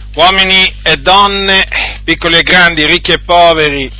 uomini e donne, piccoli e grandi, ricchi e poveri,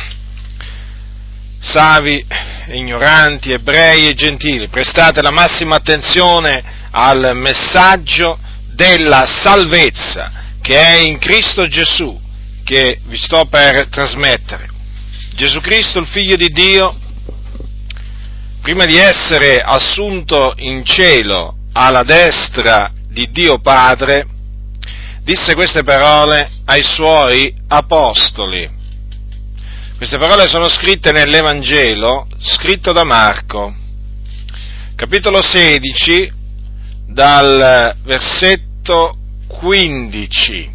savi e ignoranti, ebrei e gentili, prestate la massima attenzione al messaggio della salvezza che è in Cristo Gesù, che vi sto per trasmettere. Gesù Cristo, il Figlio di Dio, prima di essere assunto in cielo alla destra di Dio Padre, disse queste parole ai suoi apostoli. Queste parole sono scritte nell'Evangelo scritto da Marco, capitolo 16, dal versetto 15,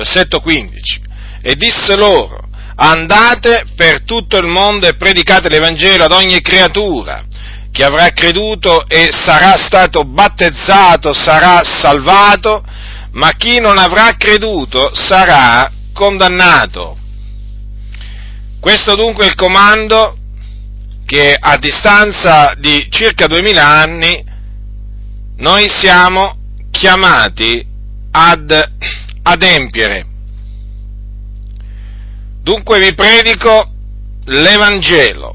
e disse loro: andate per tutto il mondo e predicate l'Evangelo ad ogni creatura. Chi avrà creduto e sarà stato battezzato sarà salvato, ma chi non avrà creduto sarà condannato. Questo dunque è il comando che a distanza di circa 2000 anni noi siamo chiamati ad adempiere. Dunque vi predico l'Evangelo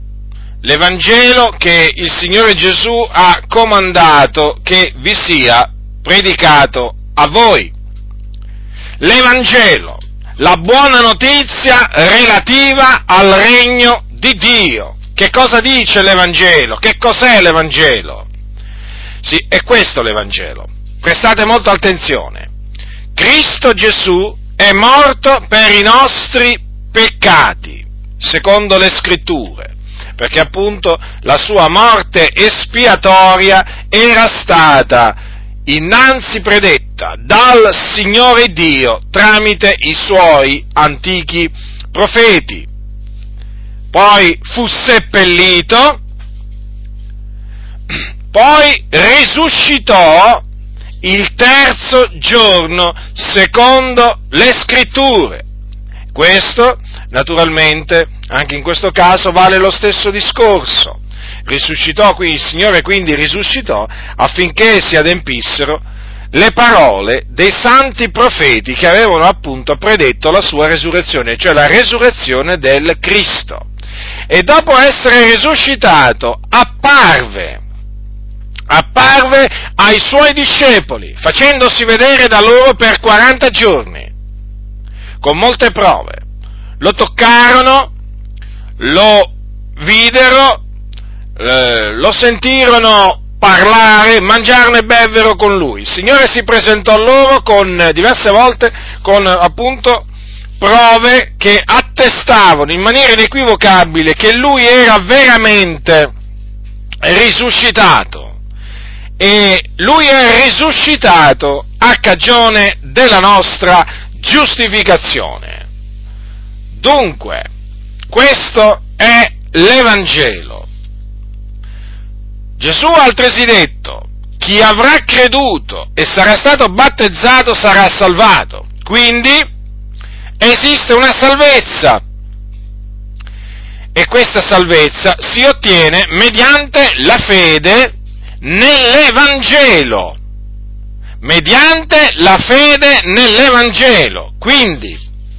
che il Signore Gesù ha comandato che vi sia predicato a voi. L'Evangelo, la buona notizia relativa al regno di Dio. Che cosa dice l'Evangelo? Che cos'è l'Evangelo? Sì, è questo l'Evangelo. Prestate molta attenzione. Cristo Gesù è morto per i nostri peccati, secondo le Scritture, perché appunto la sua morte espiatoria era stata innanzi predetta dal Signore Dio tramite i suoi antichi profeti. Poi fu seppellito, poi risuscitò il terzo giorno secondo le Scritture. Questo, naturalmente, anche in questo caso vale lo stesso discorso. Il Signore quindi risuscitò affinché si adempissero le parole dei santi profeti che avevano appunto predetto la sua resurrezione, cioè la resurrezione del Cristo. E dopo essere risuscitato apparve ai suoi discepoli, facendosi vedere da loro per 40 giorni, con molte prove. Lo toccarono, lo videro, lo sentirono parlare, mangiarono e bevvero con lui. Il Signore si presentò loro diverse volte con appunto prove che attestavano in maniera inequivocabile che lui era veramente risuscitato. E lui è risuscitato a cagione della nostra giustificazione. Dunque, questo è l'Evangelo. Gesù ha altresì detto: chi avrà creduto e sarà stato battezzato sarà salvato. Quindi esiste una salvezza, e questa salvezza si ottiene mediante la fede nell'Evangelo. Mediante la fede nell'Evangelo. Quindi,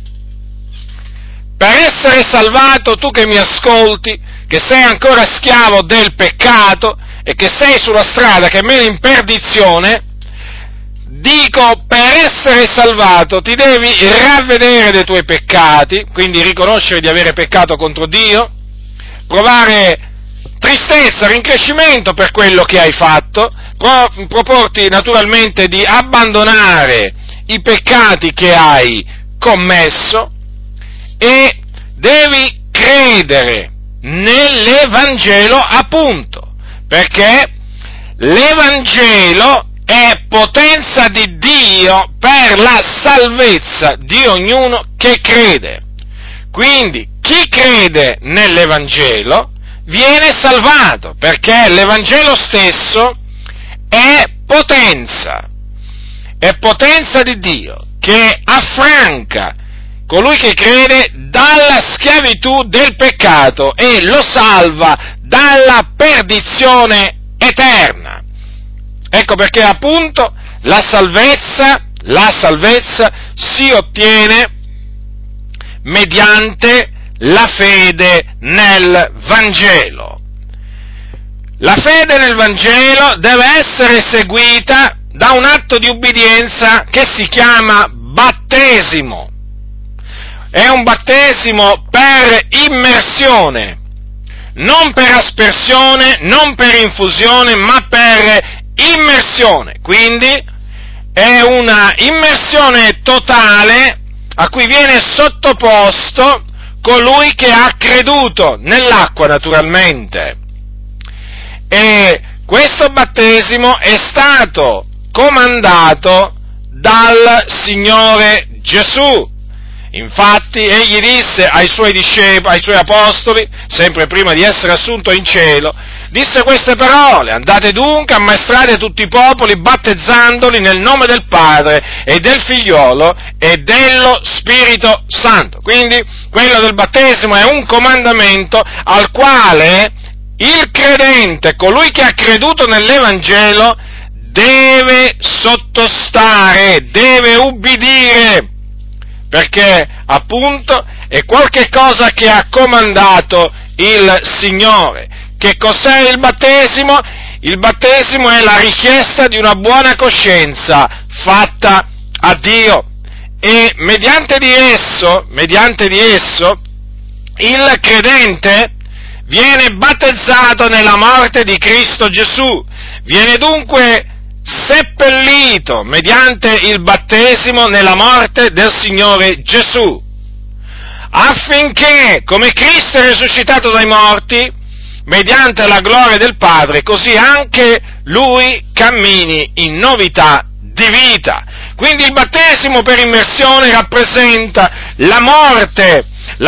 per essere salvato, tu che mi ascolti, che sei ancora schiavo del peccato e che sei sulla strada che mena in perdizione, dico, per essere salvato ti devi ravvedere dei tuoi peccati, quindi riconoscere di avere peccato contro Dio, provare tristezza, rincrescimento per quello che hai fatto, proporti naturalmente di abbandonare i peccati che hai commesso e devi credere nell'Evangelo appunto, perché l'Evangelo è potenza di Dio per la salvezza di ognuno che crede. Quindi chi crede nell'Evangelo viene salvato, perché l'Evangelo stesso è potenza di Dio, che affranca colui che crede dalla schiavitù del peccato e lo salva dalla perdizione eterna. Ecco perché appunto la salvezza la salvezza si ottiene mediante la fede nel Vangelo. La fede nel Vangelo deve essere seguita da un atto di ubbidienza che si chiama battesimo. È un battesimo per immersione, non per aspersione, non per infusione, ma per immersione. Quindi è una immersione totale a cui viene sottoposto colui che ha creduto, nell'acqua naturalmente. E questo battesimo è stato comandato dal Signore Gesù. Infatti egli disse ai suoi discepoli, ai suoi apostoli, sempre prima di essere assunto in cielo, disse queste parole: andate dunque, ammaestrate tutti i popoli, battezzandoli nel nome del Padre e del Figliolo e dello Spirito Santo. Quindi quello del battesimo è un comandamento al quale il credente, colui che ha creduto nell'Evangelo, deve sottostare, deve ubbidire, perché appunto è qualche cosa che ha comandato il Signore. Che cos'è il battesimo? Il battesimo è la richiesta di una buona coscienza fatta a Dio, e mediante di esso il credente viene battezzato nella morte di Cristo Gesù, viene dunque seppellito mediante il battesimo nella morte del Signore Gesù, affinché, come Cristo è risuscitato dai morti, mediante la gloria del Padre, così anche Lui cammini in novità di vita. Quindi il battesimo per immersione rappresenta la morte,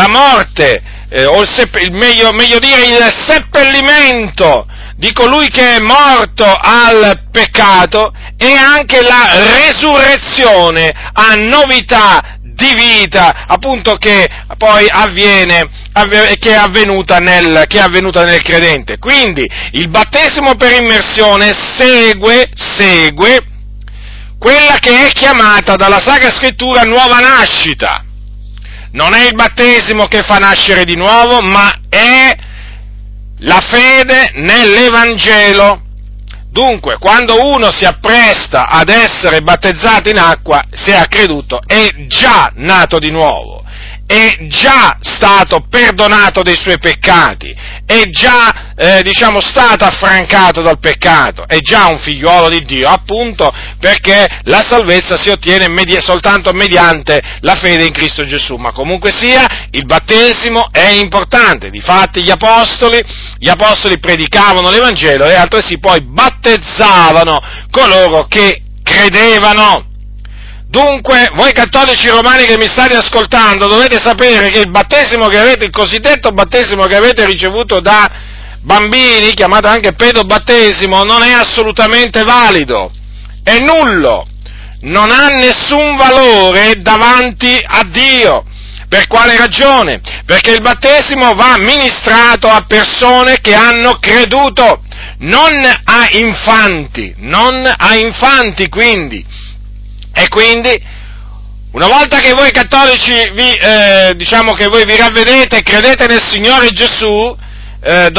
o meglio dire il seppellimento di colui che è morto al peccato, e anche la resurrezione a novità di vita, appunto, che poi che è avvenuta nel credente. Quindi il battesimo per immersione segue quella che è chiamata dalla Sacra Scrittura nuova nascita. Non è il battesimo che fa nascere di nuovo, ma è la fede nell'Evangelo. Dunque, quando uno si appresta ad essere battezzato in acqua, se ha creduto, è già nato di nuovo, è già stato perdonato dei suoi peccati, è già, stato affrancato dal peccato, è già un figliuolo di Dio, appunto perché la salvezza si ottiene soltanto mediante la fede in Cristo Gesù. Ma comunque sia, il battesimo è importante. Difatti gli apostoli predicavano l'Evangelo e altresì poi battezzavano coloro che credevano. Dunque, voi cattolici romani che mi state ascoltando, dovete sapere che il cosiddetto battesimo che avete ricevuto da bambini, chiamato anche pedobattesimo, non è assolutamente valido, è nullo, non ha nessun valore davanti a Dio. Per quale ragione? Perché il battesimo va ministrato a persone che hanno creduto, non a infanti, quindi. E quindi, una volta che voi cattolici vi ravvedete e credete nel Signore Gesù, e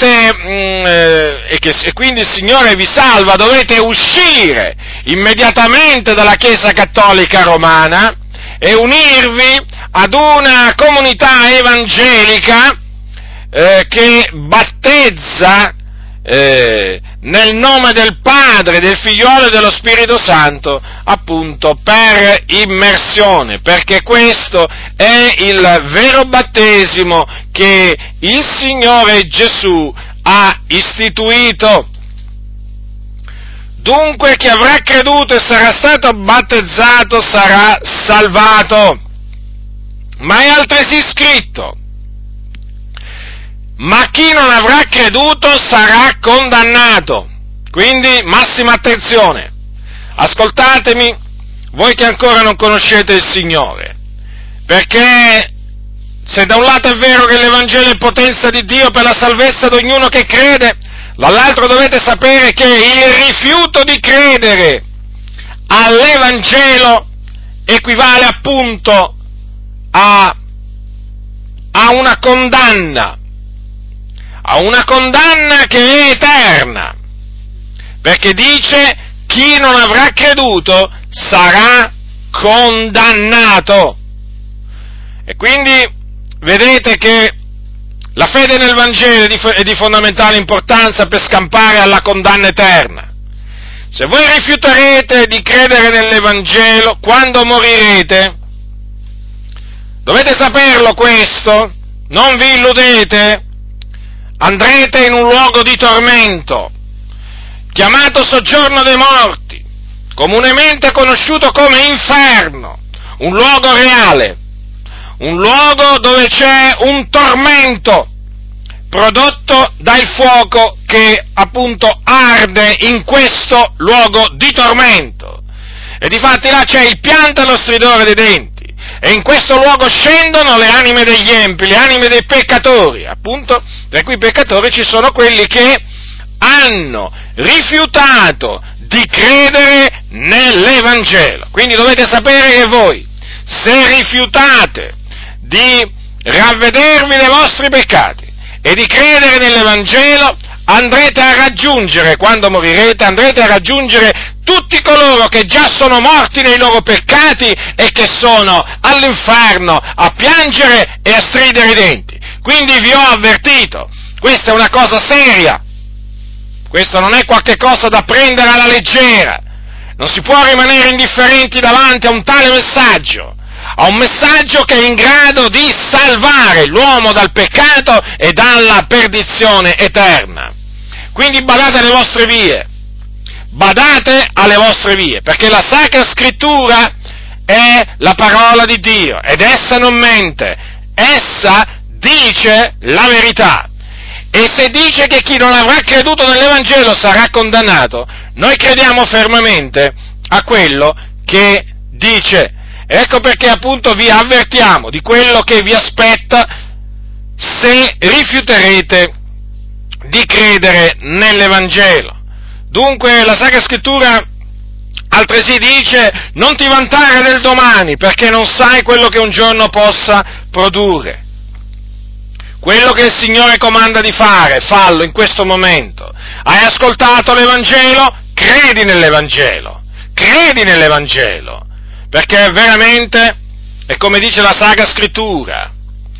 quindi il Signore vi salva, dovete uscire immediatamente dalla Chiesa Cattolica Romana e unirvi ad una comunità evangelica che battezza nel nome del Padre, del Figliolo e dello Spirito Santo, appunto per immersione, perché questo è il vero battesimo che il Signore Gesù ha istituito. Dunque chi avrà creduto e sarà stato battezzato sarà salvato, ma è altresì scritto: ma chi non avrà creduto sarà condannato. Quindi massima attenzione, ascoltatemi, voi che ancora non conoscete il Signore, perché se da un lato è vero che l'Evangelo è potenza di Dio per la salvezza di ognuno che crede, dall'altro dovete sapere che il rifiuto di credere all'Evangelo equivale appunto a una condanna che è eterna, perché dice: chi non avrà creduto sarà condannato. E quindi vedete che la fede nel Vangelo è di fondamentale importanza per scampare alla condanna eterna. Se voi rifiuterete di credere nell'Evangelo, quando morirete, dovete saperlo questo, non vi illudete, andrete in un luogo di tormento, chiamato soggiorno dei morti, comunemente conosciuto come inferno, un luogo reale, un luogo dove c'è un tormento prodotto dal fuoco che appunto arde in questo luogo di tormento. E difatti là c'è il pianto e lo stridore dei denti, e in questo luogo scendono le anime degli empi, le anime dei peccatori, appunto, tra cui peccatori ci sono quelli che hanno rifiutato di credere nell'Evangelo. Quindi dovete sapere che voi, se rifiutate di ravvedervi dei vostri peccati e di credere nell'Evangelo, andrete a raggiungere, quando morirete, andrete a raggiungere tutti coloro che già sono morti nei loro peccati e che sono all'inferno a piangere e a stridere i denti. Quindi vi ho avvertito, questa è una cosa seria, questo non è qualche cosa da prendere alla leggera, non si può rimanere indifferenti davanti a un tale messaggio, a un messaggio che è in grado di salvare l'uomo dal peccato e dalla perdizione eterna. Quindi badate alle vostre vie, perché la Sacra Scrittura è la parola di Dio, ed essa non mente, essa dice la verità. E se dice che chi non avrà creduto nell'Evangelo sarà condannato, noi crediamo fermamente a quello che dice. Ecco perché appunto vi avvertiamo di quello che vi aspetta se rifiuterete di credere nell'Evangelo. Dunque la Sacra Scrittura altresì dice: non ti vantare del domani, perché non sai quello che un giorno possa produrre. Quello che il Signore comanda di fare, fallo in questo momento. Hai ascoltato l'Evangelo? Credi nell'Evangelo, perché veramente è come dice la Sacra Scrittura,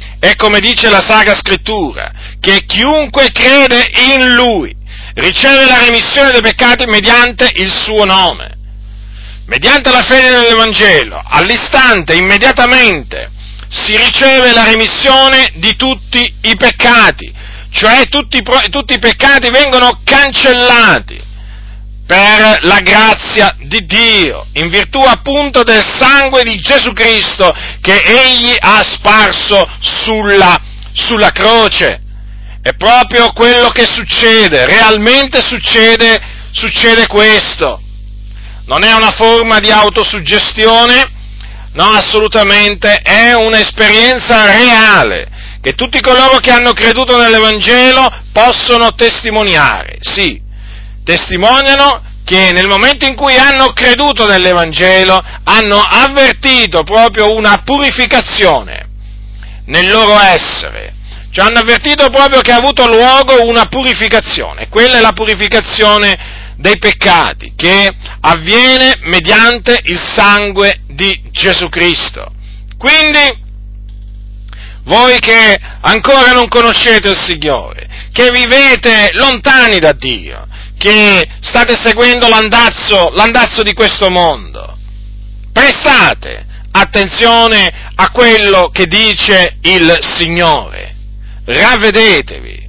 che chiunque crede in Lui riceve la remissione dei peccati mediante il suo nome. Mediante la fede nell'Evangelo, all'istante, immediatamente, si riceve la remissione di tutti i peccati, cioè tutti i peccati vengono cancellati per la grazia di Dio, in virtù appunto del sangue di Gesù Cristo che Egli ha sparso sulla croce. È proprio quello che succede, realmente succede questo. Non è una forma di autosuggestione, no, assolutamente, è un'esperienza reale, che tutti coloro che hanno creduto nell'Evangelo possono testimoniare, sì, testimoniano che nel momento in cui hanno creduto nell'Evangelo hanno avvertito proprio una purificazione nel loro essere, cioè hanno avvertito proprio che ha avuto luogo una purificazione, quella è la purificazione dei peccati, che avviene mediante il sangue di Gesù Cristo. Quindi, voi che ancora non conoscete il Signore, che vivete lontani da Dio, che state seguendo l'andazzo di questo mondo, prestate attenzione a quello che dice il Signore. Ravvedetevi,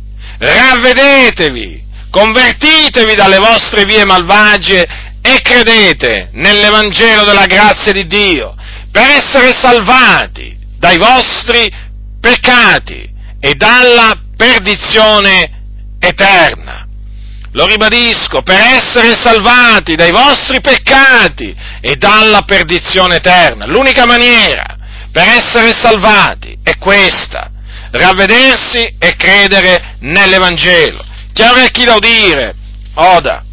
convertitevi dalle vostre vie malvagie e credete nell'Evangelo della grazia di Dio per essere salvati dai vostri peccati e dalla perdizione eterna. Lo ribadisco, per essere salvati dai vostri peccati e dalla perdizione eterna. L'unica maniera per essere salvati è questa: ravvedersi e credere nell'Evangelo. Chi ha orecchi da udire, oda.